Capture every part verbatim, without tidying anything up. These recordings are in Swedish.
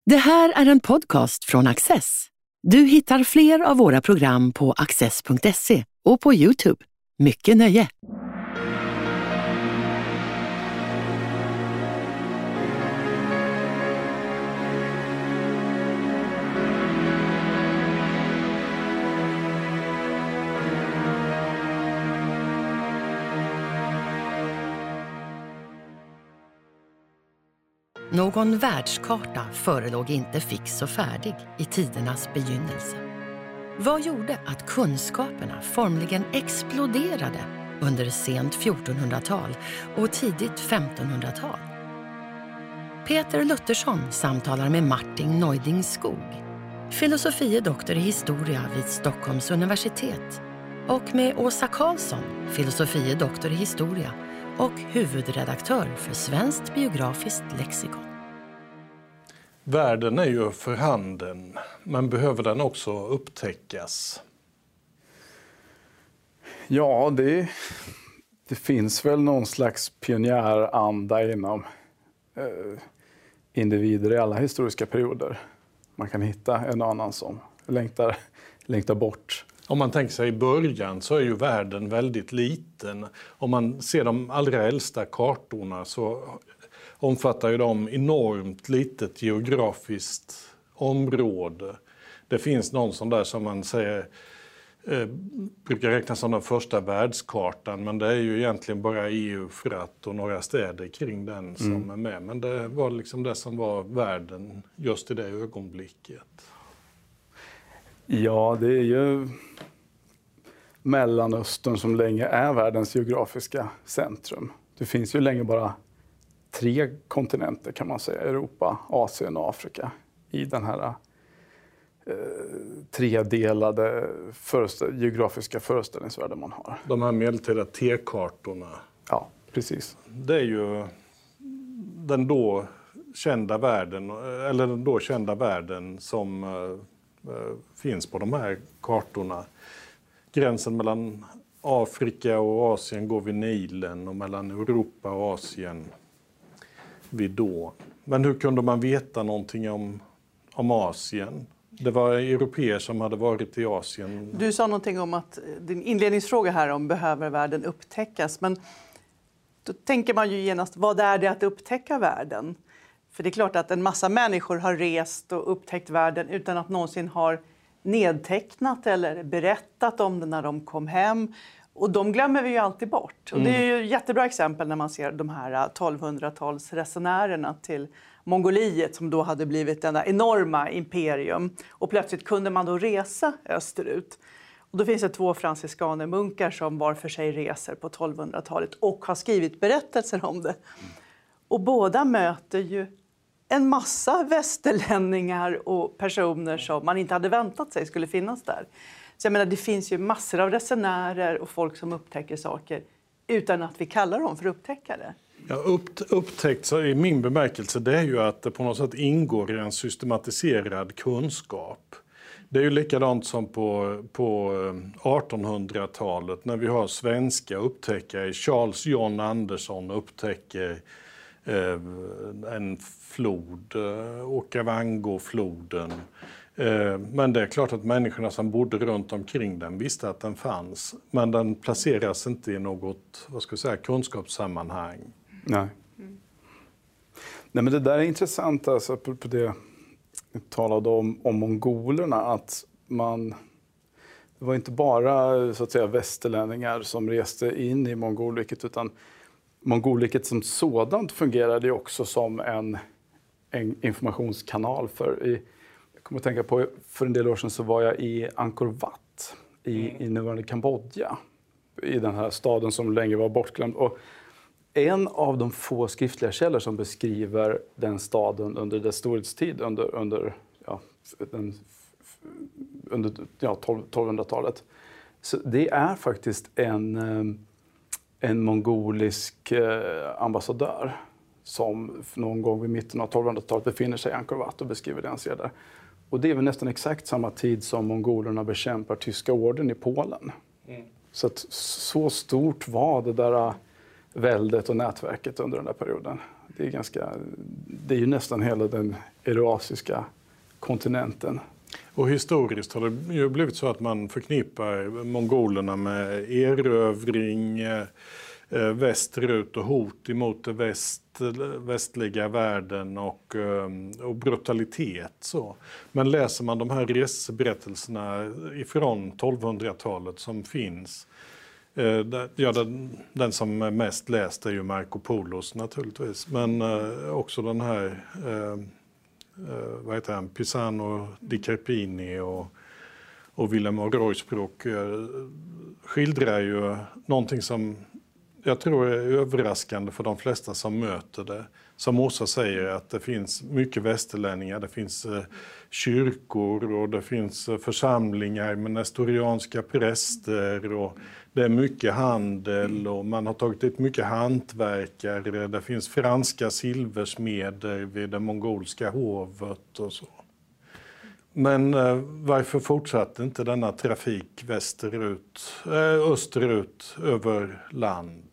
Det här är en podcast från Access. Du hittar fler av våra program på access punkt se och på YouTube. Mycket nöje! Någon världskarta förelåg inte fix och färdig i tidernas begynnelse. Vad gjorde att kunskaperna formligen exploderade under sent fjortonhundratal och tidigt femtonhundratal? Peter Luttersson samtalar med Martin Neuding Skog, filosofie doktor i historia vid Stockholms universitet, och med Åsa Karlsson, filosofie doktor i historia och huvudredaktör för Svenskt biografiskt lexikon. Världen är ju för handen, men behöver den också upptäckas? Ja, det, det finns väl någon slags pionjäranda inom eh, individer i alla historiska perioder. Man kan hitta en annan som längtar, längtar bort. Om man tänker sig i början så är ju världen väldigt liten. Om man ser de allra äldsta kartorna så omfattar ju de enormt litet geografiskt område. Det finns någon sån där som man säger eh, brukar räknas som den första världskartan, men det är ju egentligen bara Eufrat och några städer kring den som mm. är med. Men det var liksom det som var världen just i det ögonblicket. Ja, det är ju Mellanöstern som länge är världens geografiska centrum. Det finns ju länge bara tre kontinenter kan man säga, Europa, Asien och Afrika, i den här eh, tredelade föreställ- geografiska föreställningsvärlden man har. De här medeltida T-kartorna. Ja, precis. Det är ju den då kända världen, eller den då kända världen som eh, finns på de här kartorna. Gränsen mellan Afrika och Asien går vid Nilen och mellan Europa och Asien vid då. Men hur kunde man veta någonting om, om Asien? Det var europeer som hade varit i Asien. Du sa någonting om att din inledningsfråga här om behöver världen upptäckas. Men då tänker man ju genast, vad är det att upptäcka världen? För det är klart att en massa människor har rest och upptäckt världen utan att någonsin har nedtecknat eller berättat om det när de kom hem. Och de glömmer vi ju alltid bort. Och det är ju ett jättebra exempel när man ser de här tolvhundratals-resenärerna till Mongoliet som då hade blivit denna enorma imperium. Och plötsligt kunde man då resa österut. Och då finns det två franciskanermunkar som var för sig reser på tolvhundratalet och har skrivit berättelser om det. Och båda möter ju en massa västerlänningar och personer som man inte hade väntat sig skulle finnas där. Så jag menar, det finns ju massor av resenärer och folk som upptäcker saker utan att vi kallar dem för upptäckare. Ja, upp, upptäckt så i min bemärkelse det är ju att det på något sätt ingår i en systematiserad kunskap. Det är ju likadant som på, på artonhundratalet när vi har svenska upptäckare. Charles John Anderson upptäcker eh, en flod, eh, Okavango-floden. Men det är klart att människorna som bodde runt omkring den visste att den fanns. Men den placeras inte i något, vad ska jag säga, kunskapssammanhang. Nej. Mm. Nej, men det där är intressant, alltså, på, på det jag talade om, om mongolerna. Att man, det var inte bara så att säga, västerlänningar som reste in i Mongolriket, utan Mongolriket som sådant fungerade ju också som en, en informationskanal för i Jag kommer att tänka på, för en del år sedan så var jag i Angkor Wat i, mm. i nuvarande Kambodja. I den här staden som länge var bortglömd. Och en av de få skriftliga källor som beskriver den staden under dess storhetstid, under, under, ja, den, under ja, tolvhundratalet. Så det är faktiskt en, en mongolisk ambassadör som någon gång vid mitten av tolvhundratalet befinner sig i Angkor Wat och beskriver det han ser där. Och det är väl nästan exakt samma tid som mongolerna bekämpar tyska orden i Polen. Mm. Så att så stort var det där väldet och nätverket under den där perioden. Det är, ganska, det är ju nästan hela den eurasiska kontinenten. Och historiskt har det ju blivit så att man förknippar mongolerna med erövring eh, västerut och hot emot den väst, västliga världen och, eh, och brutalitet. Så. Men läser man de här reseberättelserna ifrån tolvhundratalet som finns, eh, där, ja, den, den som är mest läst är ju Marco Polos naturligtvis, men eh, också den här eh, Uh, vad heter han? Pisano di Carpini och, och Willem av Roysbrock uh, skildrar ju någonting som jag tror är överraskande för de flesta som möter det. Som Åsa säger, att det finns mycket västerlänningar, det finns uh, kyrkor och det finns uh, församlingar med nestorianska präster och det är mycket handel och man har tagit ut mycket hantverkare. Det finns franska silversmeder vid det mongolska hovet och så. Men eh, varför fortsatte inte denna trafik västerut, eh, österut över land?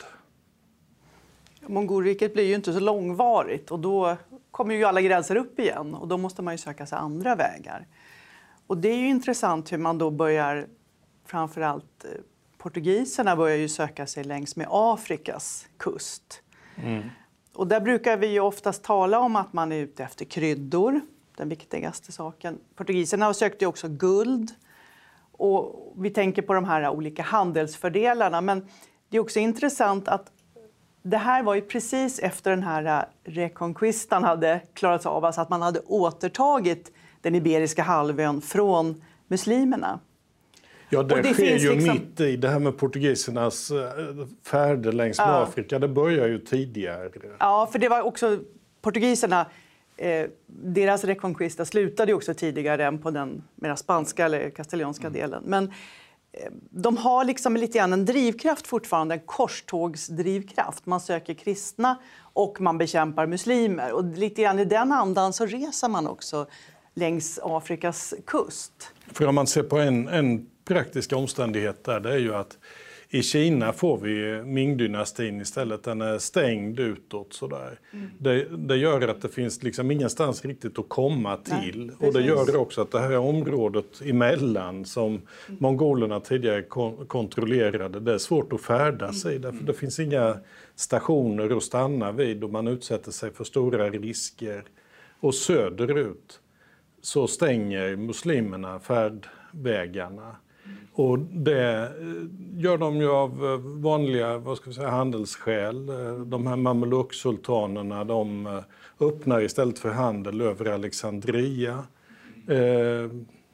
Mongolriket blir ju inte så långvarigt och då kommer ju alla gränser upp igen och då måste man ju söka sig andra vägar. Och det är ju intressant hur man då börjar, framförallt eh, portugiserna börjar ju söka sig längs med Afrikas kust. Mm. Och där brukar vi ju oftast tala om att man är ute efter kryddor, den viktigaste saken. Portugiserna sökte ju också guld och vi tänker på de här olika handelsfördelarna. Men det är också intressant att det här var ju precis efter den här reconquistan hade klarats av, alltså att man hade återtagit den iberiska halvön från muslimerna. Ja, det, det sker ju liksom mitt i det här med portugisernas färder längs med ja. Afrika. Det börjar ju tidigare. Ja, för det var också portugiserna, eh, deras reconquista slutade ju också tidigare än på den mera spanska eller kastilianska mm. delen. Men eh, de har liksom lite grann en drivkraft fortfarande, en korstågsdrivkraft. Man söker kristna och man bekämpar muslimer. Och lite grann i den andan så reser man också längs Afrikas kust. För om man ser på en, en praktiska omständighet där, det är ju att i Kina får vi Ming-dynastin istället. Den är stängd utåt sådär. Mm. Det, det gör att det finns liksom ingenstans riktigt att komma till. Nej, och det gör också att det här området emellan som mm. mongolerna tidigare kon- kontrollerade, det är svårt att färdas mm. i. Därför det finns inga stationer att stanna vid och man utsätter sig för stora risker. Och söderut så stänger muslimerna färdvägarna. Och det gör de ju av vanliga, vad ska vi säga, handelsskäl. De här Mamluk-sultanerna, de öppnar istället för handel över Alexandria. Eh, eh,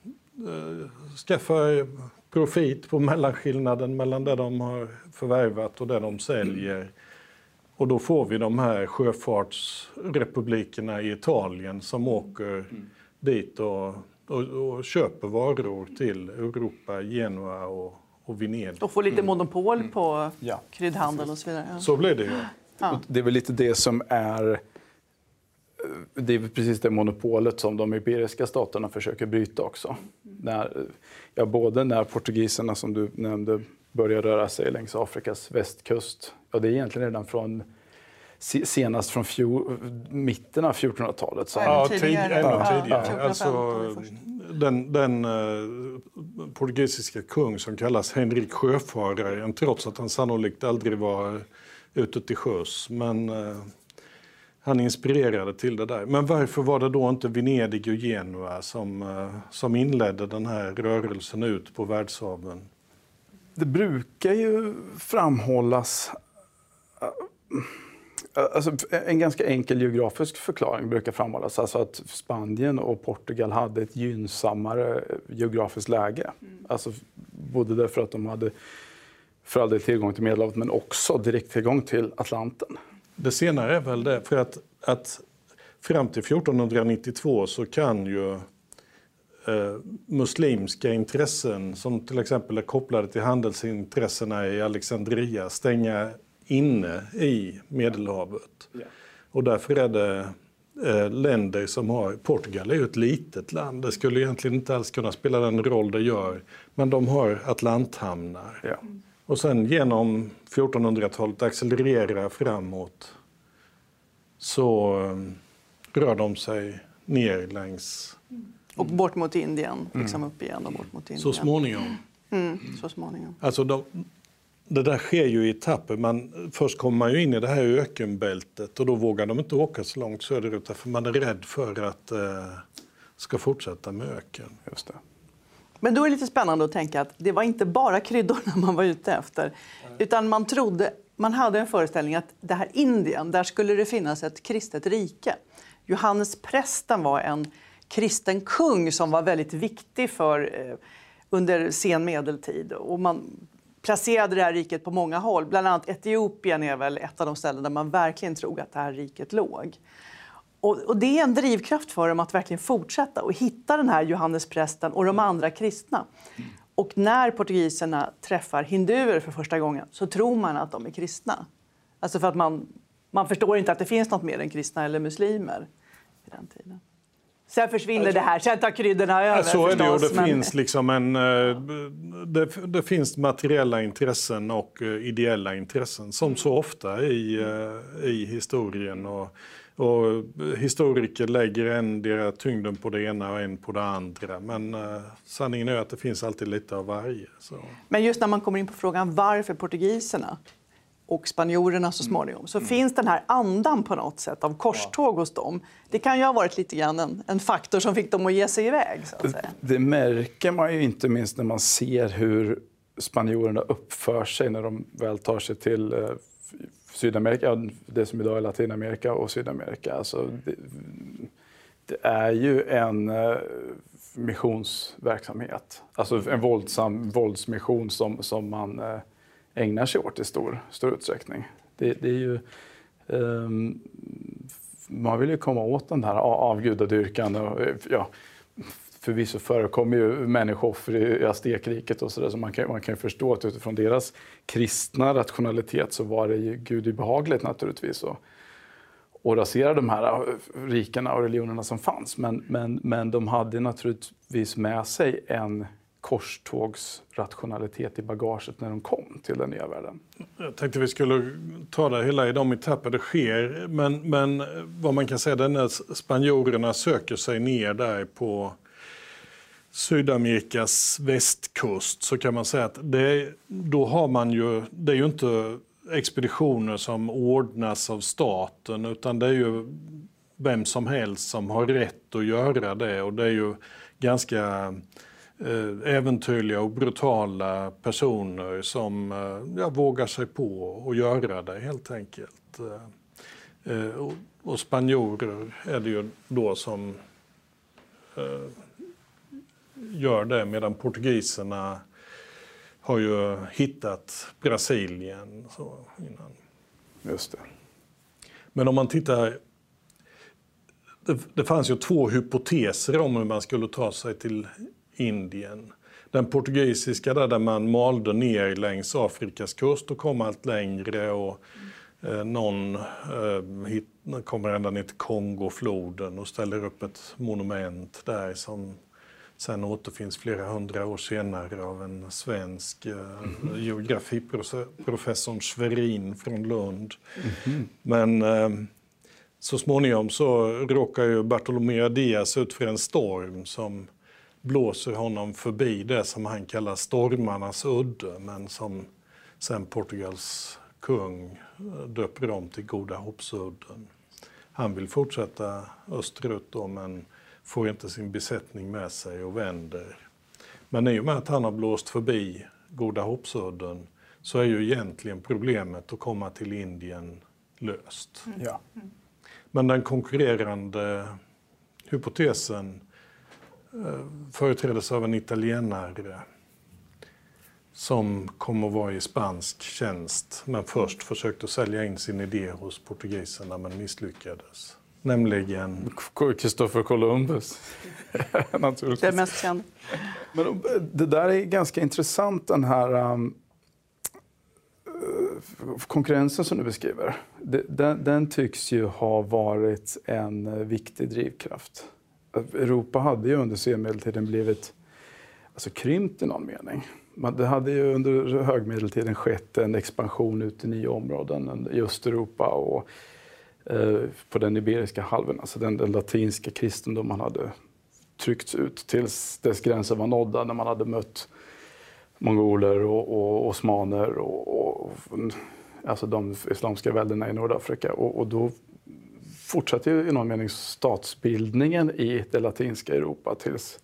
skaffar profit på mellanskillnaden mellan det de har förvärvat och det de säljer. Och då får vi de här sjöfartsrepublikerna i Italien som åker dit och Och, och köper varor till Europa, Genua och, och Venedig. Och får lite monopol mm. på ja. kryddhandel och så vidare. Ja. Så blir det ju. Ja. Det är väl lite det som är... Det är precis det monopolet som de iberiska staterna försöker bryta också. Mm. När, ja, både när portugiserna som du nämnde börjar röra sig längs Afrikas västkust. Ja, det är egentligen redan från... senast från fjol, mitten av fjortonhundratalet. Så. Ja, tidigare. Ja, tidigare. Ja. Alltså, den, den uh, portugisiska kung som kallas Henrik Sjöfararen, trots att han sannolikt aldrig var ute till sjöss. Men uh, han inspirerade till det där. Men varför var det då inte Venedig och Genua som, uh, som inledde den här rörelsen ut på världshaven? Det brukar ju framhållas... Uh, Alltså, en ganska enkel geografisk förklaring brukar framhållas. Alltså att Spanien och Portugal hade ett gynnsammare geografiskt läge. Mm. Alltså, både därför att de hade för all del tillgång till Medelhavet men också direkt tillgång till Atlanten. Det senare är väl det. För att, att fram till fjortonhundranittiotvå så kan ju eh, muslimska intressen som till exempel är kopplade till handelsintressena i Alexandria stänga inne i Medelhavet. Yeah. Och därför är det eh, länder som har... Portugal är ju ett litet land. Det skulle egentligen inte alls kunna spela den roll det gör. Men de har Atlanthamnar. Yeah. Och sen genom fjortonhundratalet accelererar framåt så eh, rör de sig ner längs... Och bort mot Indien, liksom upp igen och bort mot Indien. Så småningom. Mm, så småningom. Alltså de, det där sker ju i etapper. Man, först kommer man ju in i det här ökenbältet och då vågar de inte åka så långt söderut för man är rädd för att eh, ska fortsätta med öken. Just det. Men då är det lite spännande att tänka att det var inte bara kryddorna man var ute efter. Utan man trodde, man hade en föreställning att det här Indien, där skulle det finnas ett kristet rike. Johannes prästen var en kristen kung som var väldigt viktig för eh, under sen medeltid. Och man placerade det här riket på många håll. Bland annat Etiopien är väl ett av de ställen där man verkligen tror att det här riket låg. Och, och det är en drivkraft för dem att verkligen fortsätta och hitta den här Johannesprästen och de andra kristna. Och när portugiserna träffar hinduer för första gången så tror man att de är kristna. Alltså för att man, man förstår inte att det finns något mer än kristna eller muslimer i den tiden. Sen försvinner alltså, det här, sen tar kryddorna över. Så är det ju, det men... finns liksom en, det, det finns materiella intressen och ideella intressen som så ofta i, i historien. Och, och historiker lägger en deras tyngden på det ena och en på det andra. Men uh, sanningen är att det finns alltid lite av varje. Så. Men just när man kommer in på frågan varför portugiserna och spanjorerna så småningom, så mm. finns den här andan på något sätt av korståg hos dem. Det kan ju ha varit lite grann en, en faktor som fick dem att ge sig iväg. Så att säga. Det märker man ju inte minst när man ser hur spanjorerna uppför sig när de väl tar sig till eh, Sydamerika, det som idag är Latinamerika och Sydamerika. Alltså, det, det är ju en eh, missionsverksamhet, alltså en våldsam våldsmission som, som man eh, ägnar sig åt i stor, stor utsträckning. Det, det är ju, um, man vill ju komma åt den här avgudadyrkan. Och, ja, förvisso förekommer ju människooffer i Aztekriket och sådär, så man kan, man kan förstå att utifrån deras kristna rationalitet så var det ju gudibehagligt naturligtvis att och rasera de här rikena och religionerna som fanns. Men, men, men de hade naturligtvis med sig en korstågsrationalitet i bagaget när de kom till den nya världen. Jag tänkte vi skulle ta det hela i de etapper det sker. Men, men vad man kan säga är när spanjorerna söker sig ner där på Sydamerikas västkust så kan man säga att det, då har man ju, det är ju inte expeditioner som ordnas av staten utan det är ju vem som helst som har rätt att göra det och det är ju ganska äventyrliga och brutala personer som ja, vågar sig på att göra det helt enkelt. Och, och spanjorer är det ju då som eh, gör det medan portugiserna har ju hittat Brasilien så innan. Just det. Men om man tittar, det, det fanns ju två hypoteser om hur man skulle ta sig till Indien. Den portugisiska där, där man malde ner längs Afrikas kust och kom allt längre och eh, någon eh, hit, kommer ända ner till Kongofloden och ställer upp ett monument där som sen återfinns flera hundra år senare av en svensk eh, mm-hmm. geografiprofessorn Schwerin från Lund. Mm-hmm. Men eh, så småningom så råkar ju Bartolomé Diaz ut för en storm som blåser honom förbi det som han kallar stormarnas udde men som sen Portugals kung döper om till Goda hoppsudden. Han vill fortsätta österut då, men får inte sin besättning med sig och vänder. Men i och med att han har blåst förbi Goda hoppsudden så är ju egentligen problemet att komma till Indien löst. Mm. Ja. Men den konkurrerande hypotesen företräddes av en italienare som kom att vara i spansk tjänst men först försökte sälja in sin idé hos portugiserna men misslyckades. Nämligen Christopher Columbus. Naturligtvis. Det är mest känd. Men det där är ganska intressant, den här um, konkurrensen som du beskriver. Den, den tycks ju ha varit en viktig drivkraft. Europa hade ju under senmedeltiden blivit alltså, krympt i någon mening. Det hade ju under högmedeltiden skett en expansion ut i nya områden i Östeuropa och eh, på den iberiska halvön. Alltså den, den latinska kristendomen hade tryckts ut tills dess gränser var nådda, när man hade mött mongoler och, och osmaner och, och alltså de islamska väldena i Nordafrika. Och, och då fortsatte ju i någon mening statsbildningen i det latinska Europa tills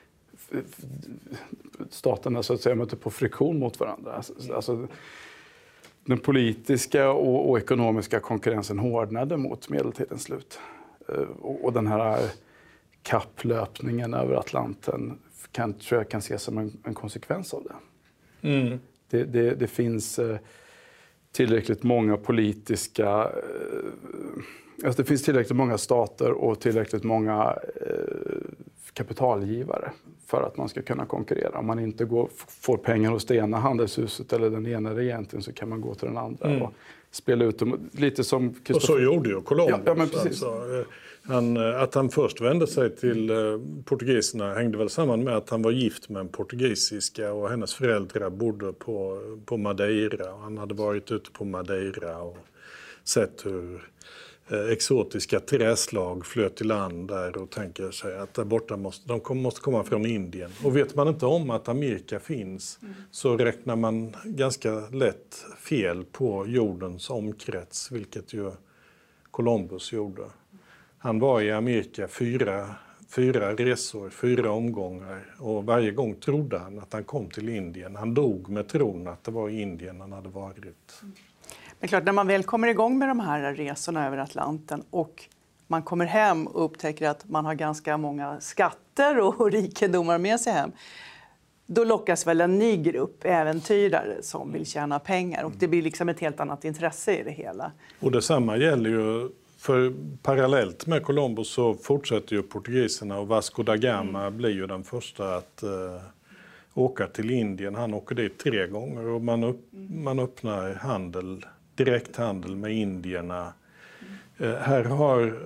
staterna så att säga mötte på friktion mot varandra. Alltså, den politiska och, och ekonomiska konkurrensen hårdnade mot medeltidens slut. Och, och den här kapplöpningen över Atlanten kan, tror jag kan ses som en, en konsekvens av det. Mm. Det, det, det finns eh, tillräckligt många politiska... Eh, alltså det finns tillräckligt många stater och tillräckligt många eh, kapitalgivare för att man ska kunna konkurrera. Om man inte går, får pengar hos det ena handelshuset eller den ena regenten, så kan man gå till den andra mm. och spela ut dem. Lite som och så gjorde ju Columbus. Ja, ja, men precis. Alltså, han, att han först vände sig till eh, portugiserna hängde väl samman med att han var gift med en portugisiska och hennes föräldrar bodde på, på Madeira. Han hade varit ute på Madeira och sett hur eh, exotiska träslag flöt i land där och tänker sig att där borta måste, de kom, måste komma från Indien. Och vet man inte om att Amerika finns mm. så räknar man ganska lätt fel på jordens omkrets, vilket ju Columbus gjorde. Han var i Amerika fyra, fyra resor, fyra omgångar och varje gång trodde han att han kom till Indien. Han dog med tron att det var i Indien han hade varit. Men klart, när man väl kommer igång med de här resorna över Atlanten och man kommer hem och upptäcker att man har ganska många skatter och rikedomar med sig hem, då lockas väl en ny grupp äventyrare som vill tjäna pengar och det blir liksom ett helt annat intresse i det hela. Och detsamma gäller ju, för parallellt med Columbus så fortsätter ju portugiserna och Vasco da Gama mm. blir ju den första att uh, åka till Indien. Han åker dit tre gånger och man, upp, mm. man öppnar handel, direkthandel med indierna. Mm. Uh, här har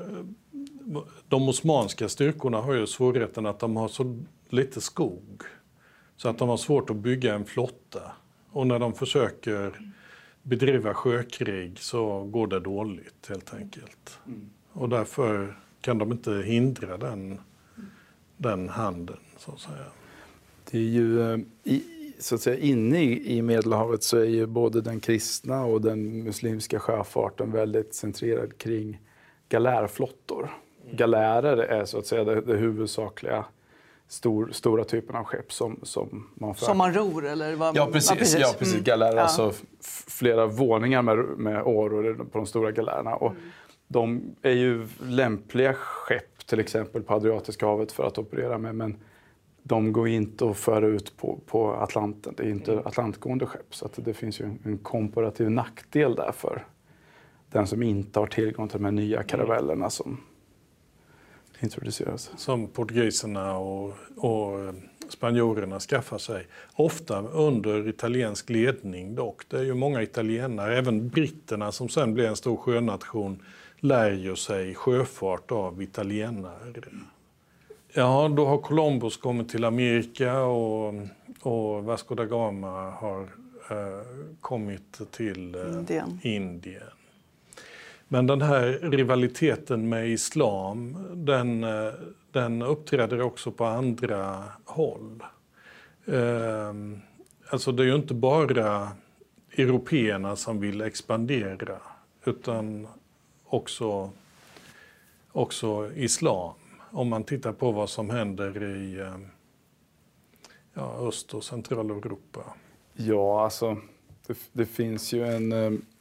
de osmanska styrkorna har ju svårigheten att de har så lite skog så att de har svårt att bygga en flotta. Och när de försöker mm. bedriva sjökrig så går det dåligt helt enkelt. Mm. Och därför kan de inte hindra den, mm. den handeln så att säga. Det är ju i, så att säga inne i Medelhavet så är ju både den kristna och den muslimska sjöfarten väldigt centrerad kring galärflottor. Mm. Galärer är så att säga det, det huvudsakliga Stor, stora typen av skepp som, som man för... Som man ror eller vad? Ja precis, ja, precis. Ja, precis. Mm. Galärer, ja. Alltså f- flera våningar med, med åror på de stora galärerna. Och mm. de är ju lämpliga skepp till exempel på Adriatiska havet för att operera med, men de går inte att föra ut på, på Atlanten. Det är inte mm. atlantgående skepp, så att det finns ju en, en komparativ nackdel där för den som inte har tillgång till de här nya karavellerna som introduceras. Som portugiserna och, och spanjorerna skaffar sig. Ofta under italiensk ledning dock. Det är ju många italienare, även britterna som sen blir en stor sjönation, lär ju sig sjöfart av italienare. Ja, då har Columbus kommit till Amerika och, och Vasco da Gama har eh, kommit till eh, Indien. Indien. Men den här rivaliteten med islam, den, den uppträder också på andra håll. Eh, alltså det är ju inte bara européerna som vill expandera, utan också, också islam. Om man tittar på vad som händer i ja, Öst- och Centraleuropa. Ja, alltså det, det finns ju en...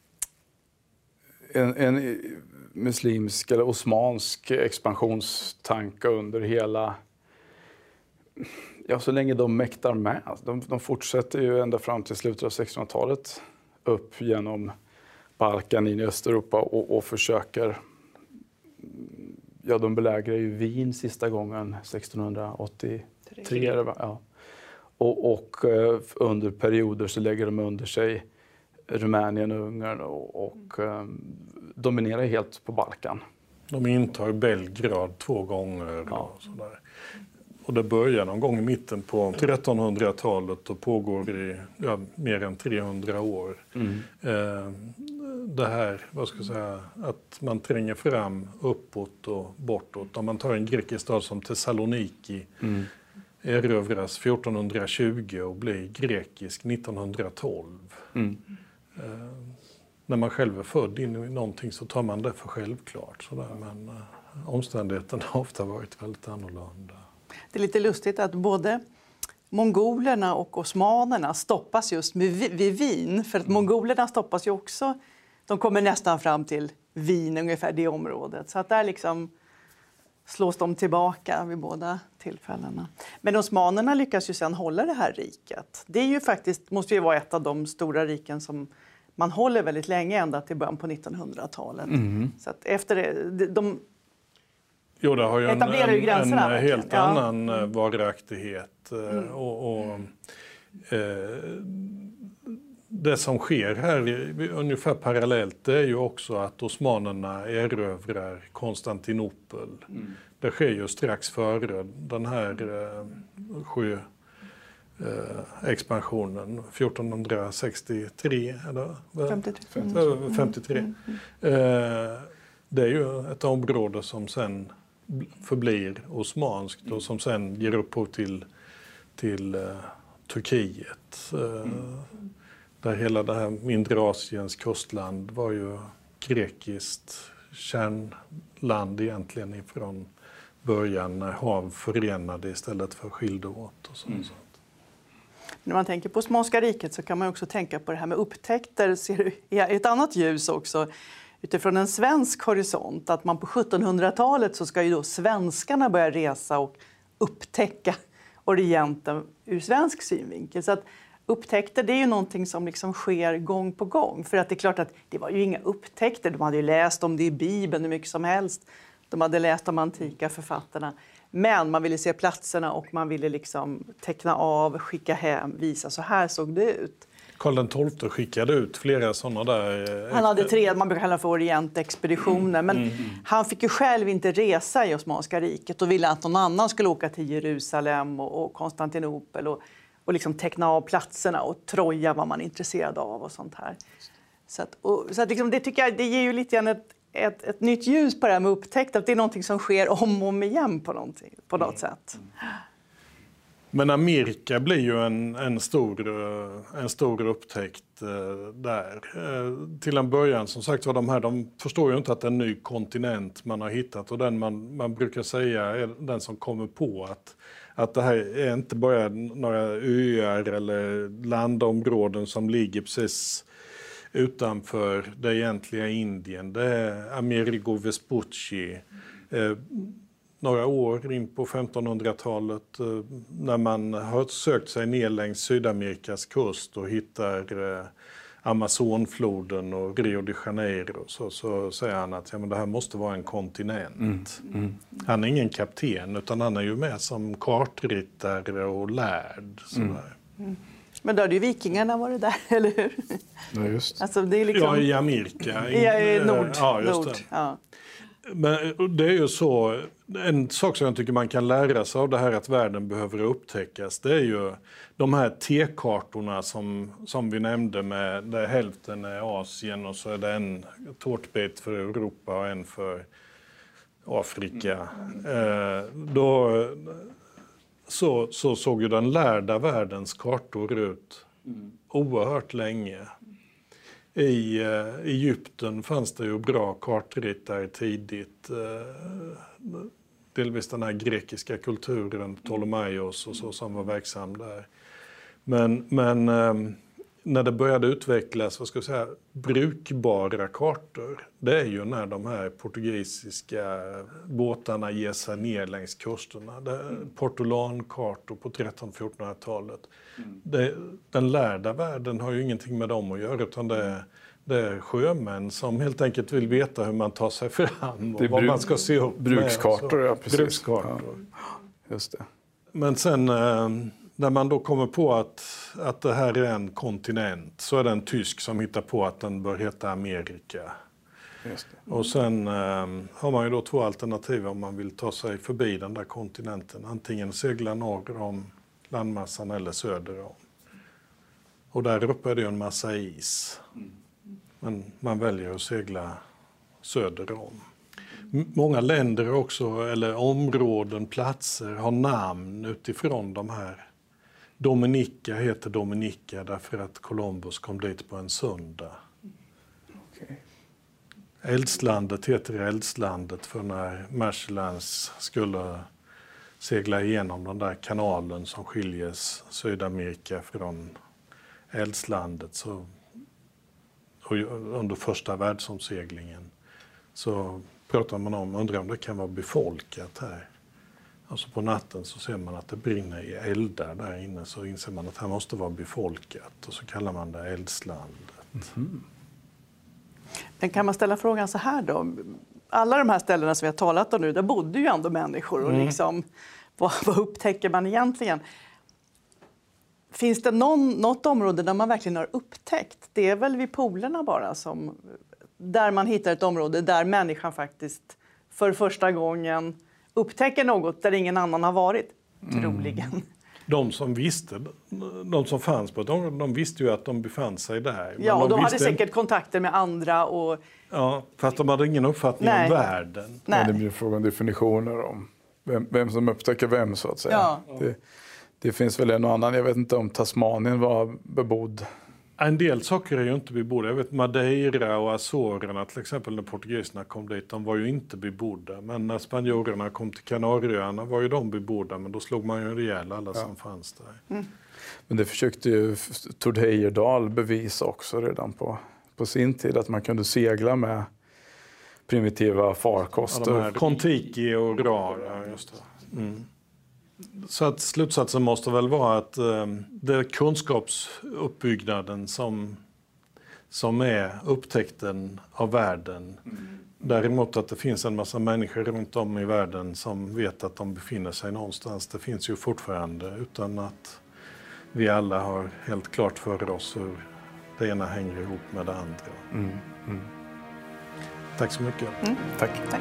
En, en muslimsk eller osmansk expansionstanke under hela, ja så länge de mäktar med. De, de fortsätter ju ända fram till slutet av sextonhundratalet upp genom Balkan in i Östeuropa och, och försöker, ja de belägrar ju Wien sista gången sextonhundraåttiotre. Ja. Och, och under perioder så lägger de under sig Rumänien och Ungern och, och um, dominerar helt på Balkan. De intar Belgrad två gånger. Ja. Och, sådär. Och det börjar någon gång i mitten på trettonhundratalet och pågår i ja, mer än trehundra år. Mm. Eh, det här, vad ska jag säga, att man tränger fram uppåt och bortåt. Om man tar en grekisk stad som Thessaloniki, mm. erövras fjortonhundratjugo och blir grekisk nittonhundratolv. Mm. Eh, när man själv är född in i någonting så tar man det för självklart. Sådär. Men eh, omständigheterna har ofta varit väldigt annorlunda. Det är lite lustigt att både mongolerna och osmanerna stoppas just med, vid Wien. För att mongolerna stoppas ju också. De kommer nästan fram till Wien, ungefär det området. Så att där liksom slås de tillbaka vid båda tillfällena. Men osmanerna lyckas ju sedan hålla det här riket. Det är ju faktiskt, måste ju vara ett av de stora riken som man håller väldigt länge, ända till början på nittonhundratalet. Mm. Så att efter det, de jo, det har ju en, en, en helt ja. annan mm. varaktighet. Mm. Och, och, eh, det som sker här ungefär parallellt, det är ju också att osmanerna erövrar Konstantinopel. Mm. Det sker ju strax före den här eh, sjö eh, expansionen fjortonhundrasextiotre eller femtiotre. Mm. femtiotre. Mm. Eh, det är ju ett område som sen förblir osmanskt och som sen ger upphov till till eh, Turkiet. Eh, mm. Där hela det här mindre Asiens kustland var ju grekiskt kärnland egentligen ifrån början, när hav förenade istället för skilde åt och sånt. Mm. När man tänker på Osmanska riket så kan man också tänka på det här med upptäckter, ser du, i ett annat ljus också, utifrån en svensk horisont. Att man på sjuttonhundratalet så ska ju då svenskarna börja resa och upptäcka Orienten ur svensk synvinkel. Så att upptäckter, det är ju någonting som liksom sker gång på gång. För att det är klart att det var ju inga upptäckter. De hade ju läst om det i Bibeln hur mycket som helst. De hade läst om antika författarna. Men man ville se platserna och man ville liksom teckna av, skicka hem, visa så här såg det ut. Karl den tolfte skickade ut flera sådana där. Han hade tre, man brukar kalla för orientexpeditioner. Men mm. han fick ju själv inte resa i Osmanska riket och ville att någon annan skulle åka till Jerusalem och, och Konstantinopel och, och liksom teckna av platserna och Troja var man intresserad av och sånt här. Så att, och, så att liksom, det tycker jag, det ger ju lite grann ett, ett, ett nytt ljus på det här med upptäckt. Att det är någonting som sker om och om igen på, på något mm. sätt. Men Amerika blir ju en, en, stor, en stor upptäckt där. Till en början, som sagt var, de här, de förstår ju inte att det är en ny kontinent man har hittat. Och den man, man brukar säga är den som kommer på att, att det här är inte bara några öar eller landområden som ligger precis utanför det egentliga Indien. Det är Amerigo Vespucci. Några år in på femtonhundratalet när man har sökt sig ner längs Sydamerikas kust och hittar eh, Amazonfloden och Rio de Janeiro så, så säger han att ja, men det här måste vara en kontinent. Mm, mm. Han är ingen kapten utan han är ju med som kartrittare och lärd. Mm. Mm. Men då hade ju vikingarna varit där, eller hur? Ja, just. Alltså, det är liksom... Ja, i Amerika. I, I nord. Ja, just nord. det. Ja. Men det är ju så, en sak som jag tycker man kan lära sig av det här att världen behöver upptäckas, det är ju de här T-kartorna som, som vi nämnde med där hälften är Asien och så är det en tårtbit för Europa och en för Afrika. Eh, då, så, så såg ju den lärda världens kartor ut oerhört länge. I uh, Egypten fanns det ju bra kartritare tidigt. Uh, delvis den här grekiska kulturen, Ptolemaios och så som var verksam där. Men, men um, när det började utvecklas, vad ska jag säga, brukbara kartor, det är ju när de här portugisiska båtarna ger sig ner längs kusterna. Det är portolankartor på trettonhundra-fjortonhundratalet. Mm. Det, den lärda världen har ju ingenting med dem att göra, utan det är, det är sjömän som helt enkelt vill veta hur man tar sig fram och vad man ska se upp brukskartor, med. Ja, precis. Brukskartor. Ja, just det. Men sen när man då kommer på att, att det här är en kontinent, så är det en tysk som hittar på att den bör heta Amerika. Just det. Och sen um, har man ju då två alternativ om man vill ta sig förbi den där kontinenten. Antingen segla norr om landmassan eller söder om. Och där uppe är det ju en massa is. Men man väljer att segla söderom. M- många länder också, eller områden, platser, har namn utifrån de här. Dominica heter Dominica därför att Columbus kom dit på en söndag. Okay. Eldslandet heter Eldslandet för när Marshallans skulle segla igenom den där kanalen som skiljer Sydamerika från Eldslandet. Så, och under första världsomseglingen så pratar man om, undrar om det kan vara befolkat här. Alltså på natten så ser man att det brinner i eldar där inne, så inser man att här måste vara befolkat och så kallar man det Eldslandet. Mm. Men kan man ställa frågan så här då? Alla de här ställena som vi har talat om nu, där bodde ju ändå människor. Och Mm. liksom, vad, vad upptäcker man egentligen? Finns det någon, något område där man verkligen har upptäckt? Det är väl vid polerna bara som, där man hittar ett område där människan faktiskt för första gången upptäcker något där ingen annan har varit, troligen. Mm. De som visste, de som fanns på ett område, de visste ju att de befann sig där. Ja, och de, de hade visste... säkert kontakter med andra. Och... Ja, fast de hade ingen uppfattning Nej. om världen. Nej. Ja, det blir fråga om definitioner om vem, vem som upptäcker vem, så att säga. Ja. Det, det finns väl en och annan, jag vet inte om Tasmanien var bebodd. En del saker är ju inte bebodda. Jag vet Madeira och Azorerna, till exempel när portugiserna kom dit, de var ju inte bebodda. Men när spanjorerna kom till Kanarieöarna var ju de bebodda, men då slog man ju ihjäl alla ja. som fanns där. Mm. Men det försökte ju Tord Heyerdahl bevisa också redan på, på sin tid, att man kunde segla med primitiva farkoster. Ja, Kon-Tiki och Ra, ja, just det. Mm. Så att slutsatsen måste väl vara att eh, det är kunskapsuppbyggnaden som, som är upptäckten av världen. Mm. Däremot att det finns en massa människor runt om i världen som vet att de befinner sig någonstans. Det finns ju fortfarande, utan att vi alla har helt klart för oss hur det ena hänger ihop med det andra. Mm. Mm. Tack så mycket. Mm. Tack. Tack.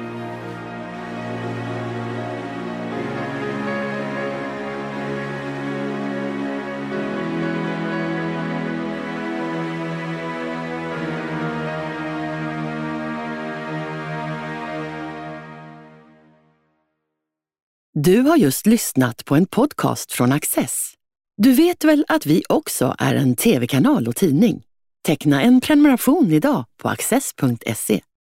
Du har just lyssnat på en podcast från Access. Du vet väl att vi också är en tv-kanal och tidning? Teckna en prenumeration idag på access punkt se.